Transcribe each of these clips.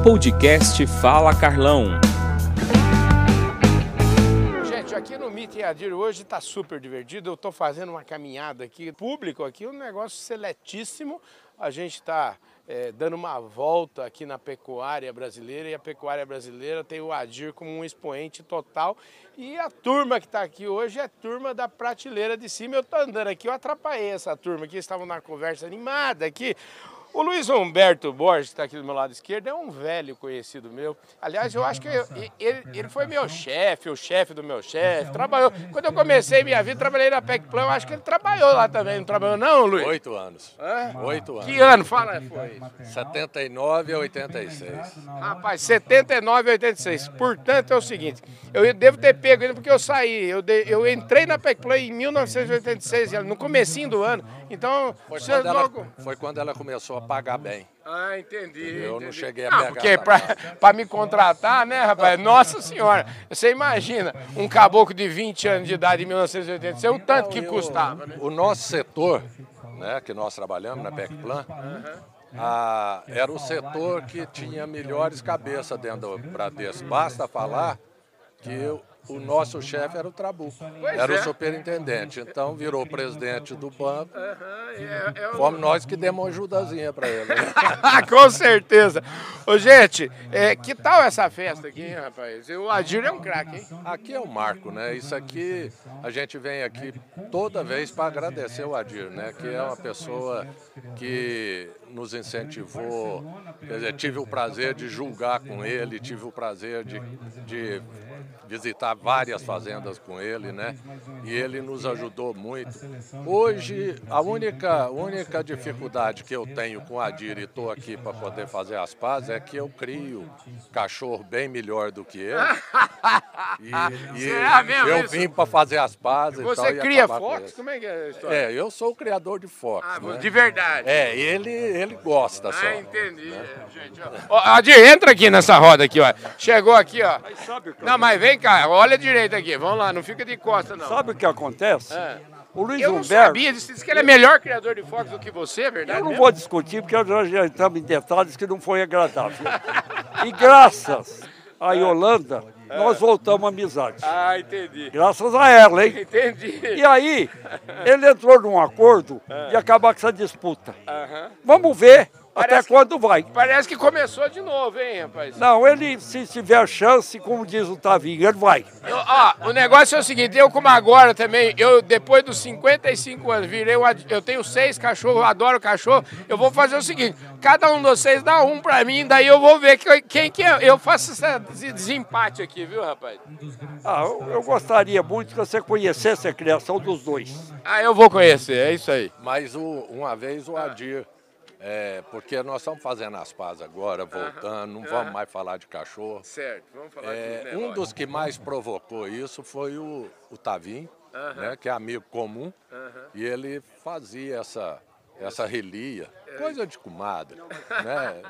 Podcast Fala Carlão. Gente, aqui no Meet e Adir hoje está super divertido. Eu estou fazendo uma caminhada aqui, público aqui, um negócio seletíssimo. A gente está dando uma volta aqui na pecuária brasileira e a pecuária brasileira tem o Adir como um expoente total. E a turma que está aqui hoje é a turma da prateleira de cima. Eu estou andando aqui, eu atrapalhei essa turma aqui, estavam na conversa animada aqui. O Luiz Humberto Borges, que está aqui do meu lado esquerdo, é um velho conhecido meu. Aliás, eu acho que ele foi meu chefe, o chefe do meu chefe, trabalhou. Quando eu comecei minha vida, trabalhei na Pecplan, eu acho que ele trabalhou lá também, não trabalhou não, Luiz? 8 anos. Hã? 8 anos. Que ano, fala, foi isso? 79 a 86. Rapaz, 79 a 86. Portanto, é o seguinte, eu devo ter pego ele porque eu saí. Eu entrei na Pecplan em 1986, no comecinho do ano. Então, Foi quando ela começou a pagar bem. Ah, entendi. Eu não cheguei a Não, pegar. porque para me contratar, né, rapaz? Nossa Senhora, você imagina um caboclo de 20 anos de idade em 1986, o tanto que custava, né? O nosso setor, né, que nós trabalhamos na Pecplan, era o setor que tinha melhores cabeças dentro do Bradesco. Basta falar que o nosso chefe era o Trabuco, era o superintendente, então virou presidente do banco. Fomos nós que demos uma ajudazinha para ele. Né? Com certeza. Ô, gente, que tal essa festa aqui, hein, rapaz? O Adir é um craque, hein? Aqui é o marco, né? Isso aqui, a gente vem aqui toda vez para agradecer o Adir, né? Que é uma pessoa que nos incentivou, quer dizer, tive o prazer de julgar com ele, tive o prazer de visitar várias fazendas com ele, né? E ele nos ajudou muito. Hoje, a única dificuldade que eu tenho com o Adir e estou aqui para poder fazer as pazes é que eu crio cachorro bem melhor do que ele. Eu vim para fazer as pazes. Você cria Fox? Como é que é a história? Eu sou o criador de Fox. Né? De verdade? Ele gosta só. Entendi. Né? Gente, ó, Adir, entra aqui nessa roda aqui, ó. Chegou aqui, ó. Não, mas vem cá, olha direito aqui. Vamos lá, não fica de costa, não. Sabe o que acontece? O Luiz Eu não Humberto... sabia, disse que ele é melhor criador de Fox do que você, é verdade? Eu não vou discutir, porque já estamos em detalhes que não foi agradável. E graças a Yolanda, nós voltamos à amizade. Ah, entendi. Graças a ela, hein? Entendi. E aí, ele entrou num acordo de acabar com essa disputa. Vamos ver até quando vai. Parece que começou de novo, hein, rapaz? Não, ele, se tiver chance, como diz o Tavinho, ele vai. O negócio é o seguinte, eu como agora também, depois dos 55 anos, eu tenho 6 cachorros, adoro cachorro, eu vou fazer o seguinte, cada um de vocês dá um pra mim, daí eu vou ver quem que é. Eu faço esse desempate aqui, viu, rapaz? Eu gostaria muito que você conhecesse a criação dos dois. Eu vou conhecer, é isso aí. Mas uma vez o Adir... porque nós estamos fazendo as pazes agora, voltando, não vamos mais falar de cachorro. Certo, vamos falar de negócio. Um dos que mais provocou isso foi o Tavinho, né, que é amigo comum, e ele fazia essa relia, coisa de comadre. Né?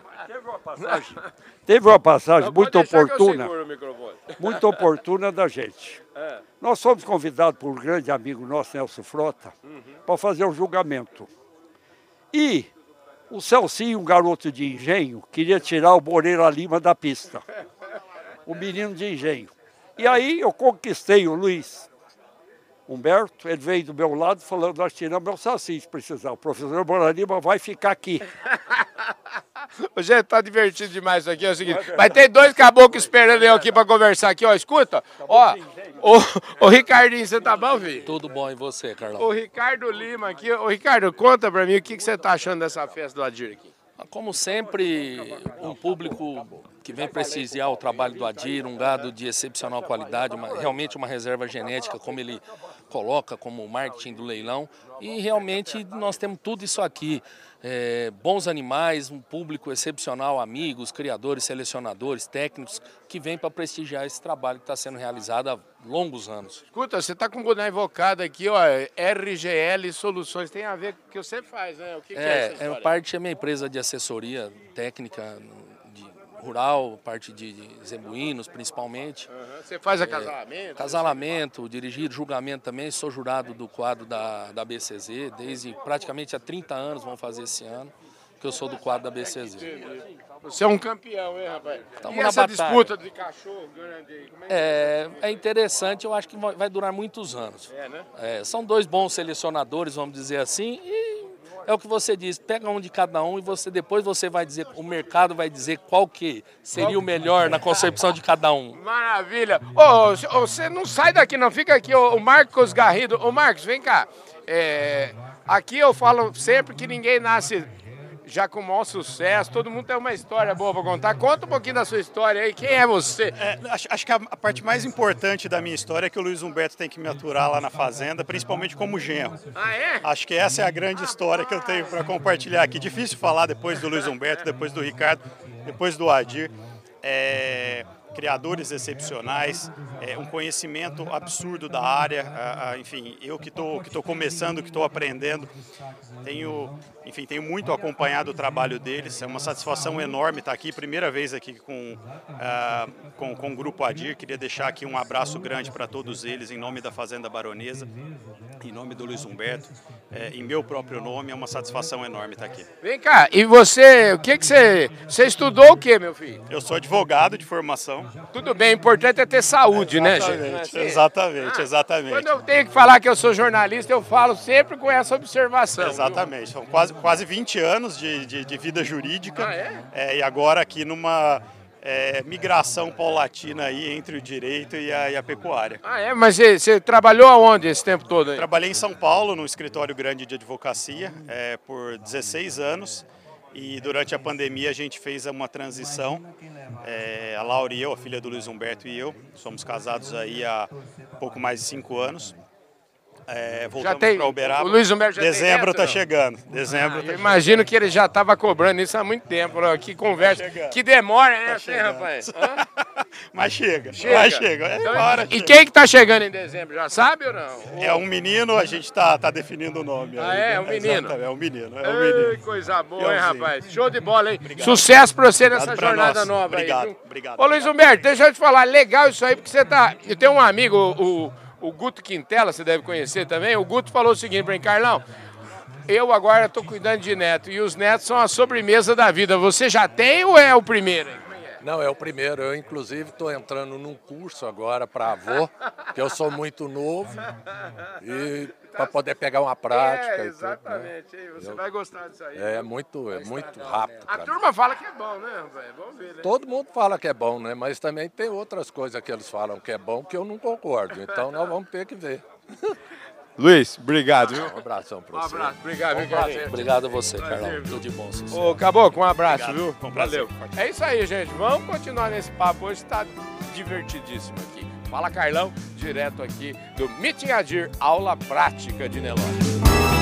Teve uma passagem muito oportuna da gente. Nós fomos convidados por um grande amigo nosso, Nelson Frota, para fazer um julgamento. E o Celcinho, um garoto de engenho, queria tirar o Moreira Lima da pista. O menino de engenho. E aí eu conquistei o Luiz Humberto, ele veio do meu lado falando, nós tiramos o Celcinho se precisar. O professor Moreira Lima vai ficar aqui. Gente, tá divertido demais isso aqui, é o seguinte, vai ter 2 caboclos esperando eu aqui para conversar aqui, ó, escuta, ó, ô Ricardinho, você tá bom, filho? Tudo bom, e você, Carlão? O Ricardo Lima aqui, ô Ricardo, conta pra mim o que você tá achando dessa festa do Adir aqui. Como sempre, um público que vem prestigiar o trabalho do Adir, um gado de excepcional qualidade, realmente uma reserva genética, como ele coloca, como o marketing do leilão, e realmente nós temos tudo isso aqui. Bons animais, um público excepcional, amigos, criadores, selecionadores, técnicos, que vêm para prestigiar esse trabalho que está sendo realizado há longos anos. Escuta, você está com o boné invocado aqui, ó, RGL Soluções, tem a ver com o que você faz, né? O que é essa história? Parte da minha empresa de assessoria técnica rural, parte de zebuínos principalmente. Você faz acasalamento? Acasalamento, dirigir julgamento também, sou jurado do quadro da BCZ, desde praticamente há 30 anos, vamos fazer esse ano, que eu sou do quadro da BCZ. Você é um campeão, hein, rapaz? Tamo E na essa batalha. disputa de cachorro grande aí, como é que É interessante, eu acho que vai durar muitos anos. né? São dois bons selecionadores, vamos dizer assim, e é o que você diz, pega um de cada um e depois você vai dizer, o mercado vai dizer qual que seria o melhor na concepção de cada um. Maravilha. Ô, você não sai daqui, não. Fica aqui, o Marcos Garrido. Ô, Marcos, vem cá. Aqui eu falo sempre que ninguém nasce já com o maior sucesso, todo mundo tem uma história boa para contar. Conta um pouquinho da sua história aí, quem é você? Acho que a parte mais importante da minha história é que o Luiz Humberto tem que me aturar lá na fazenda, principalmente como genro. Ah, é? Acho que essa é a grande história que eu tenho para compartilhar aqui. Difícil falar depois do Luiz Humberto, depois do Ricardo, depois do Adir. Criadores excepcionais, um conhecimento absurdo da área, enfim, eu que estou começando, que estou aprendendo, tenho muito acompanhado o trabalho deles, é uma satisfação enorme estar aqui, primeira vez aqui com o Grupo Adir, queria deixar aqui um abraço grande para todos eles, em nome da Fazenda Baronesa, em nome do Luiz Humberto, em meu próprio nome, é uma satisfação enorme estar aqui. Vem cá, e você, o que você estudou o quê, meu filho? Eu sou advogado de formação. Tudo bem, o importante é ter saúde, né, gente? Exatamente. Quando eu tenho que falar que eu sou jornalista, eu falo sempre com essa observação. Exatamente, são quase 20 anos de vida jurídica. E agora aqui numa migração paulatina aí entre o direito e a pecuária. Mas você trabalhou aonde esse tempo todo aí? Trabalhei em São Paulo, num escritório grande de advocacia, por 16 anos. E durante a pandemia a gente fez uma transição, a Laura e eu, a filha do Luiz Humberto e eu, somos casados aí há pouco mais de 5 anos. Voltamos para Uberaba. O Luiz Humberto já Dezembro tem está chegando. Imagino que ele já estava cobrando isso há muito tempo. Que conversa, que demora, né, rapaz? Mas chega. Então, e quem que tá chegando em dezembro, já sabe ou não? É um menino, a gente tá definindo o nome. É um menino? É um menino. Ei, coisa boa, hein, rapaz? Show de bola, hein? Obrigado. Sucesso pra você nessa jornada nova aí. Obrigado. Ô, Luiz Humberto, deixa eu te falar, legal isso aí, porque você tá... Eu tenho um amigo, o Guto Quintela, você deve conhecer também. O Guto falou o seguinte pra mim, Carlão, eu agora estou cuidando de neto e os netos são a sobremesa da vida. Você já tem ou é o primeiro? Não, é o primeiro. Eu, inclusive, estou entrando num curso agora para avô, que eu sou muito novo, e para poder pegar uma prática. Exatamente. E tudo, né? Você vai gostar disso aí. É muito rápido. A turma fala que é bom, né, velho? Vamos ver, né? Todo mundo fala que é bom, né? Mas também tem outras coisas que eles falam que é bom que eu não concordo. Então, nós vamos ter que ver. Luiz, obrigado, viu? Um abração para você. Um abraço, obrigado. Obrigado a você, Carlão. Tudo de bom. Sucesso. Ô, Caboclo, um abraço, Obrigado. viu? Valeu. É isso aí, gente. Vamos continuar nesse papo. Hoje está divertidíssimo aqui. Fala, Carlão, direto aqui do Meeting Adir, aula prática de Nelore.